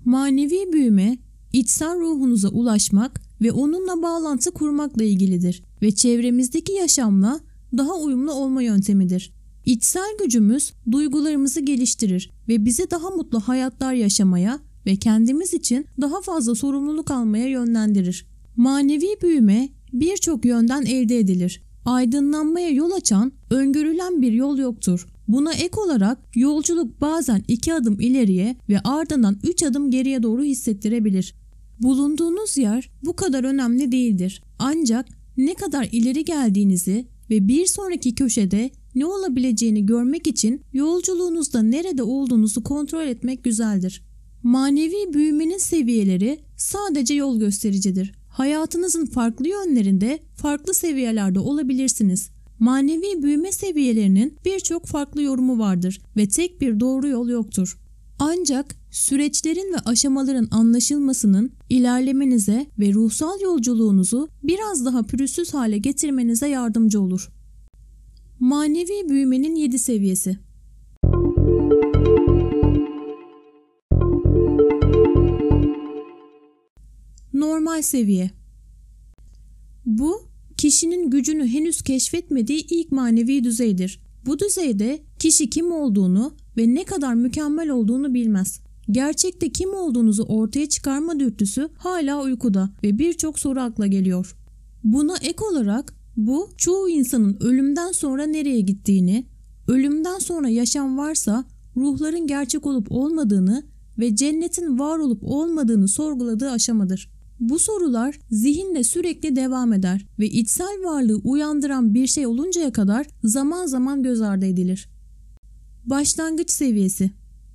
Manevi büyüme, içsel ruhunuza ulaşmak ve onunla bağlantı kurmakla ilgilidir ve çevremizdeki yaşamla daha uyumlu olma yöntemidir. İçsel gücümüz duygularımızı geliştirir ve bizi daha mutlu hayatlar yaşamaya ve kendimiz için daha fazla sorumluluk almaya yönlendirir. Manevi büyüme birçok yönden elde edilir. Aydınlanmaya yol açan, öngörülen bir yol yoktur. Buna ek olarak yolculuk bazen 2 adım ileriye ve ardından 3 adım geriye doğru hissettirebilir. Bulunduğunuz yer bu kadar önemli değildir. Ancak ne kadar ileri geldiğinizi ve bir sonraki köşede ne olabileceğini görmek için yolculuğunuzda nerede olduğunuzu kontrol etmek güzeldir. Manevi büyümenin seviyeleri sadece yol göstericidir. Hayatınızın farklı yönlerinde farklı seviyelerde olabilirsiniz. Manevi büyüme seviyelerinin birçok farklı yorumu vardır ve tek bir doğru yol yoktur. Ancak süreçlerin ve aşamaların anlaşılmasının ilerlemenize ve ruhsal yolculuğunuzu biraz daha pürüzsüz hale getirmenize yardımcı olur. Manevi büyümenin 7 seviyesi. Normal seviye. Bu, kişinin gücünü henüz keşfetmediği ilk manevi düzeydir. Bu düzeyde kişi kim olduğunu ve ne kadar mükemmel olduğunu bilmez. Gerçekte kim olduğunuzu ortaya çıkarma dürtüsü hala uykuda ve birçok soru akla geliyor. Buna ek olarak bu çoğu insanın ölümden sonra nereye gittiğini, ölümden sonra yaşam varsa ruhların gerçek olup olmadığını ve cennetin var olup olmadığını sorguladığı aşamadır. Bu sorular zihinde sürekli devam eder ve içsel varlığı uyandıran bir şey oluncaya kadar zaman zaman göz ardı edilir. Başlangıç seviyesi.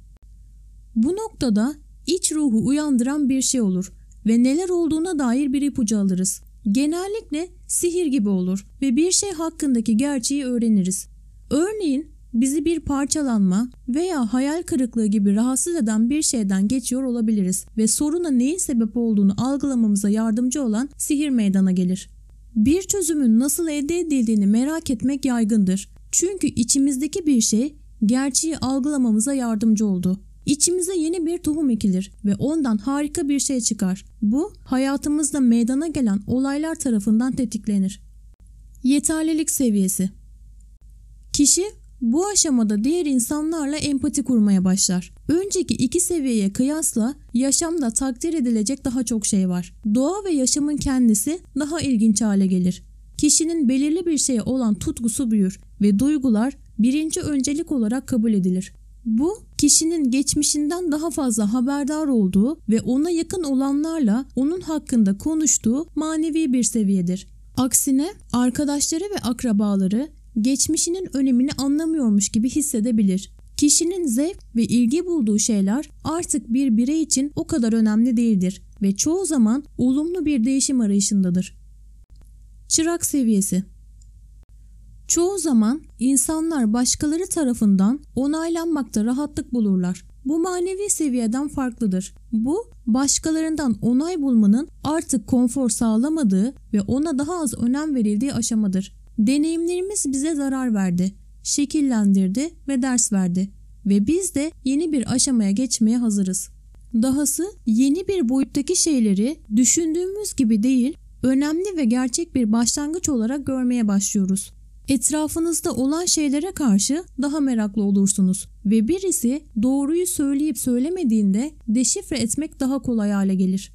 Bu noktada iç ruhu uyandıran bir şey olur ve neler olduğuna dair bir ipucu alırız. Genellikle sihir gibi olur ve bir şey hakkındaki gerçeği öğreniriz. Örneğin bizi bir parçalanma veya hayal kırıklığı gibi rahatsız eden bir şeyden geçiyor olabiliriz ve soruna neyin sebep olduğunu algılamamıza yardımcı olan sihir meydana gelir. Bir çözümün nasıl elde edildiğini merak etmek yaygındır. Çünkü içimizdeki bir şey gerçeği algılamamıza yardımcı oldu. İçimize yeni bir tohum ekilir ve ondan harika bir şey çıkar. Bu hayatımızda meydana gelen olaylar tarafından tetiklenir. Yeterlilik seviyesi. Kişi bu aşamada diğer insanlarla empati kurmaya başlar. Önceki 2 seviyeye kıyasla yaşamda takdir edilecek daha çok şey var. Doğa ve yaşamın kendisi daha ilginç hale gelir. Kişinin belirli bir şeye olan tutkusu büyür ve duygular birinci öncelik olarak kabul edilir. Bu, kişinin geçmişinden daha fazla haberdar olduğu ve ona yakın olanlarla onun hakkında konuştuğu manevi bir seviyedir. Aksine arkadaşları ve akrabaları geçmişinin önemini anlamıyormuş gibi hissedebilir. Kişinin zevk ve ilgi bulduğu şeyler artık bir birey için o kadar önemli değildir ve çoğu zaman olumlu bir değişim arayışındadır. Çırak seviyesi. Çoğu zaman insanlar başkaları tarafından onaylanmakta rahatlık bulurlar. Bu manevi seviyeden farklıdır. Bu, başkalarından onay bulmanın artık konfor sağlamadığı ve ona daha az önem verildiği aşamadır. Deneyimlerimiz bize zarar verdi, şekillendirdi ve ders verdi ve biz de yeni bir aşamaya geçmeye hazırız. Dahası yeni bir boyuttaki şeyleri düşündüğümüz gibi değil, önemli ve gerçek bir başlangıç olarak görmeye başlıyoruz. Etrafınızda olan şeylere karşı daha meraklı olursunuz ve birisi doğruyu söyleyip söylemediğinde deşifre etmek daha kolay hale gelir.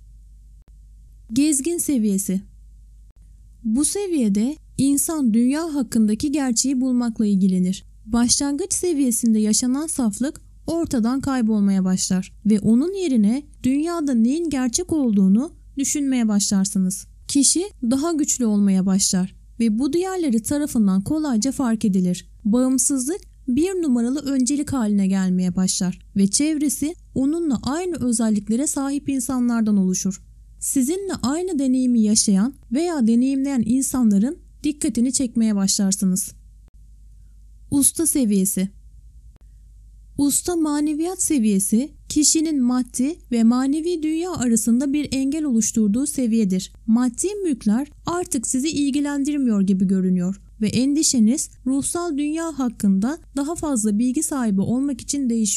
Gezgin seviyesi. Bu seviyede insan dünya hakkındaki gerçeği bulmakla ilgilenir. Başlangıç seviyesinde yaşanan saflık ortadan kaybolmaya başlar ve onun yerine dünyada neyin gerçek olduğunu düşünmeye başlarsınız. Kişi daha güçlü olmaya başlar ve bu diğerleri tarafından kolayca fark edilir. Bağımsızlık bir numaralı öncelik haline gelmeye başlar ve çevresi onunla aynı özelliklere sahip insanlardan oluşur. Sizinle aynı deneyimi yaşayan veya deneyimleyen insanların dikkatini çekmeye başlarsınız. Usta seviyesi. Usta maneviyat seviyesi, kişinin maddi ve manevi dünya arasında bir engel oluşturduğu seviyedir. Maddi mülkler artık sizi ilgilendirmiyor gibi görünüyor ve endişeniz ruhsal dünya hakkında daha fazla bilgi sahibi olmak için değişiyor.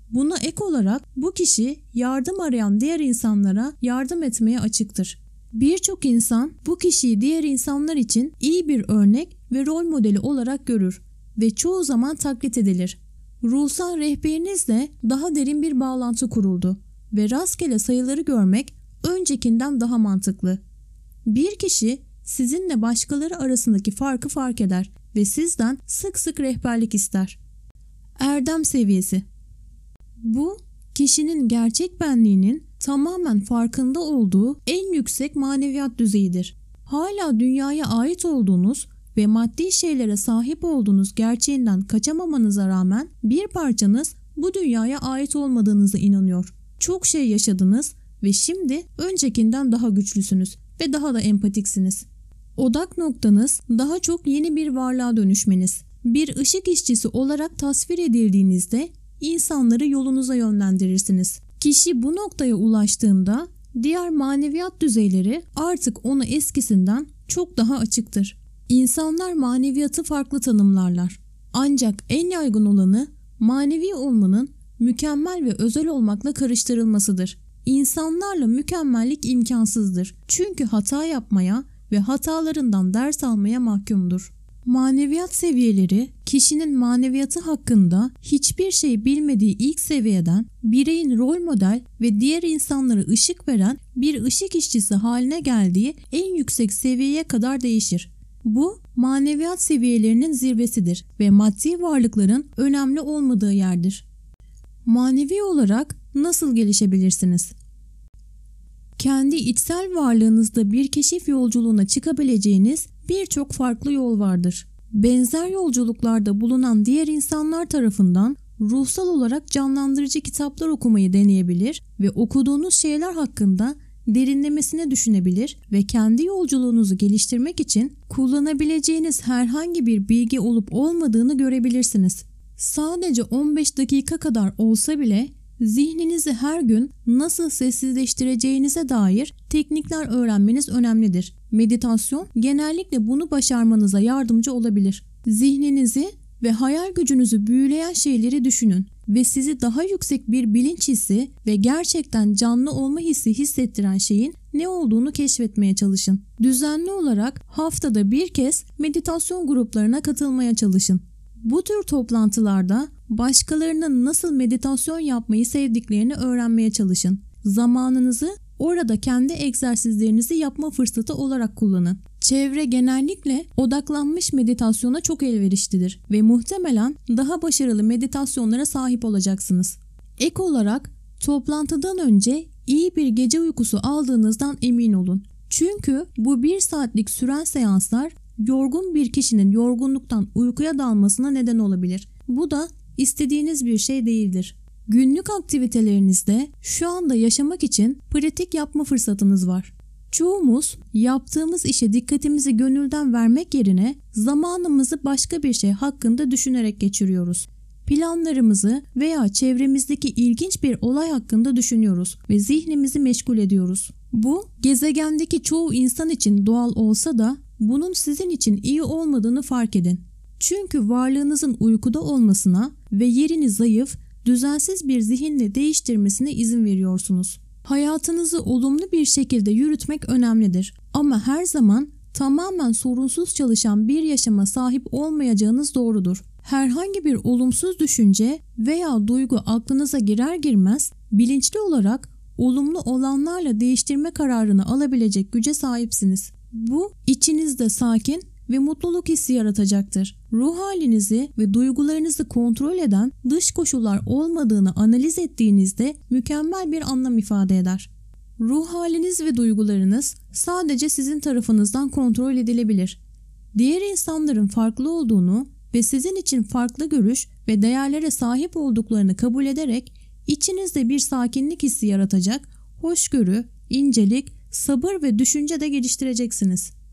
Buna ek olarak bu kişi yardım arayan diğer insanlara yardım etmeye açıktır. Birçok insan bu kişiyi diğer insanlar için iyi bir örnek ve rol modeli olarak görür ve çoğu zaman taklit edilir. Ruhsal rehberinizle daha derin bir bağlantı kuruldu ve rastgele sayıları görmek öncekinden daha mantıklı. Bir kişi sizinle başkaları arasındaki farkı fark eder ve sizden sık sık rehberlik ister. Erdem seviyesi. Bu, kişinin gerçek benliğinin tamamen farkında olduğu en yüksek maneviyat düzeyidir. Hala dünyaya ait olduğunuz ve maddi şeylere sahip olduğunuz gerçeğinden kaçamamanıza rağmen bir parçanız bu dünyaya ait olmadığınıza inanıyor. Çok şey yaşadınız ve şimdi öncekinden daha güçlüsünüz ve daha da empatiksiniz. Odak noktanız daha çok yeni bir varlığa dönüşmeniz. Bir ışık işçisi olarak tasvir edildiğinizde insanları yolunuza yönlendirirsiniz. Kişi bu noktaya ulaştığında diğer maneviyat düzeyleri artık onu eskisinden çok daha açıktır. İnsanlar maneviyatı farklı tanımlarlar. Ancak en yaygın olanı manevi olmanın mükemmel ve özel olmakla karıştırılmasıdır. İnsanlarla mükemmellik imkansızdır. Çünkü hata yapmaya ve hatalarından ders almaya mahkumdur. Maneviyat seviyeleri, kişinin maneviyatı hakkında hiçbir şey bilmediği ilk seviyeden bireyin rol model ve diğer insanlara ışık veren bir ışık işçisi haline geldiği en yüksek seviyeye kadar değişir. Bu, maneviyat seviyelerinin zirvesidir ve maddi varlıkların önemli olmadığı yerdir. Manevi olarak nasıl gelişebilirsiniz? Kendi içsel varlığınızda bir keşif yolculuğuna çıkabileceğiniz birçok farklı yol vardır. Benzer yolculuklarda bulunan diğer insanlar tarafından ruhsal olarak canlandırıcı kitaplar okumayı deneyebilir ve okuduğunuz şeyler hakkında derinlemesine düşünebilir ve kendi yolculuğunuzu geliştirmek için kullanabileceğiniz herhangi bir bilgi olup olmadığını görebilirsiniz. Sadece 15 dakika kadar olsa bile zihninizi her gün nasıl sessizleştireceğinize dair teknikler öğrenmeniz önemlidir. Meditasyon genellikle bunu başarmanıza yardımcı olabilir. Zihninizi ve hayal gücünüzü büyüleyen şeyleri düşünün ve sizi daha yüksek bir bilinç hissi ve gerçekten canlı olma hissi hissettiren şeyin ne olduğunu keşfetmeye çalışın. Düzenli olarak haftada bir kez meditasyon gruplarına katılmaya çalışın. Bu tür toplantılarda başkalarının nasıl meditasyon yapmayı sevdiklerini öğrenmeye çalışın. Zamanınızı orada kendi egzersizlerinizi yapma fırsatı olarak kullanın. Çevre genellikle odaklanmış meditasyona çok elverişlidir ve muhtemelen daha başarılı meditasyonlara sahip olacaksınız. Ek olarak toplantıdan önce iyi bir gece uykusu aldığınızdan emin olun. Çünkü bu 1 saatlik süren seanslar yorgun bir kişinin yorgunluktan uykuya dalmasına neden olabilir. Bu da istediğiniz bir şey değildir. Günlük aktivitelerinizde şu anda yaşamak için pratik yapma fırsatınız var. Çoğumuz yaptığımız işe dikkatimizi gönülden vermek yerine zamanımızı başka bir şey hakkında düşünerek geçiriyoruz. Planlarımızı veya çevremizdeki ilginç bir olay hakkında düşünüyoruz ve zihnimizi meşgul ediyoruz. Bu, gezegendeki çoğu insan için doğal olsa da bunun sizin için iyi olmadığını fark edin. Çünkü varlığınızın uykuda olmasına ve yerini zayıf, düzensiz bir zihinle değiştirmesine izin veriyorsunuz. Hayatınızı olumlu bir şekilde yürütmek önemlidir ama her zaman tamamen sorunsuz çalışan bir yaşama sahip olmayacağınız doğrudur. Herhangi bir olumsuz düşünce veya duygu aklınıza girer girmez bilinçli olarak olumlu olanlarla değiştirme kararını alabilecek güce sahipsiniz. Bu içinizde sakin ve mutluluk hissi yaratacaktır. Ruh halinizi ve duygularınızı kontrol eden dış koşullar olmadığını analiz ettiğinizde mükemmel bir anlam ifade eder. Ruh haliniz ve duygularınız sadece sizin tarafınızdan kontrol edilebilir. Diğer insanların farklı olduğunu ve sizin için farklı görüş ve değerlere sahip olduklarını kabul ederek içinizde bir sakinlik hissi yaratacak, hoşgörü, incelik, sabır ve düşünce de geliştireceksiniz.